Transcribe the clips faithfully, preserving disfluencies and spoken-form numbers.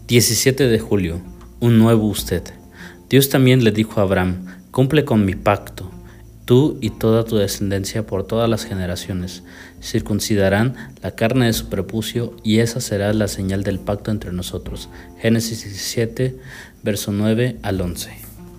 diecisiete de julio. Un nuevo usted. Dios también le dijo a Abraham: cumple con mi pacto. Tú y toda tu descendencia por todas las generaciones circuncidarán la carne de su prepucio, y esa será la señal del pacto entre nosotros. Génesis diecisiete, verso nueve al once.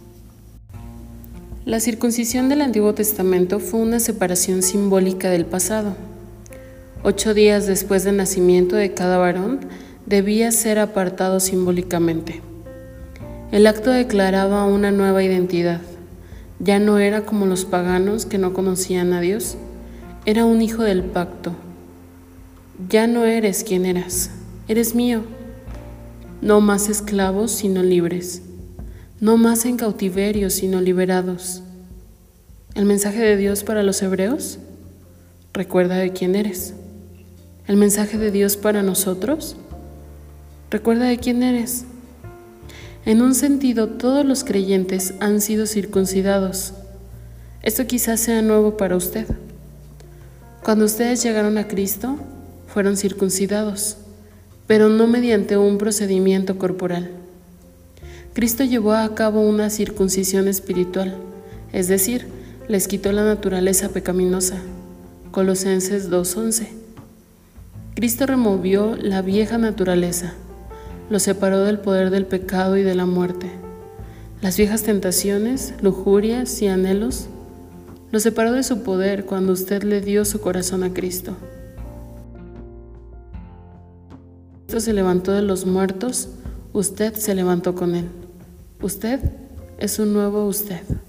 La circuncisión del Antiguo Testamento fue una separación simbólica del pasado. Ocho días después del nacimiento de cada varón, debía ser apartado simbólicamente. El acto declaraba una nueva identidad. Ya no era como los paganos que no conocían a Dios, era un hijo del pacto. Ya no eres quien eras, eres mío. No más esclavos, sino libres. No más en cautiverio, sino liberados. ¿El mensaje de Dios para los hebreos? Recuerda de quién eres. ¿El mensaje de Dios para nosotros? Recuerda de quién eres. En un sentido, todos los creyentes han sido circuncidados. Esto quizás sea nuevo para usted. Cuando ustedes llegaron a Cristo, fueron circuncidados, pero no mediante un procedimiento corporal. Cristo llevó a cabo una circuncisión espiritual, es decir, les quitó la naturaleza pecaminosa. Colosenses dos once. Cristo removió la vieja naturaleza, lo separó del poder del pecado y de la muerte. Las viejas tentaciones, lujurias y anhelos, lo separó de su poder cuando usted le dio su corazón a Cristo. Cristo se levantó de los muertos, usted se levantó con él. Usted es un nuevo usted.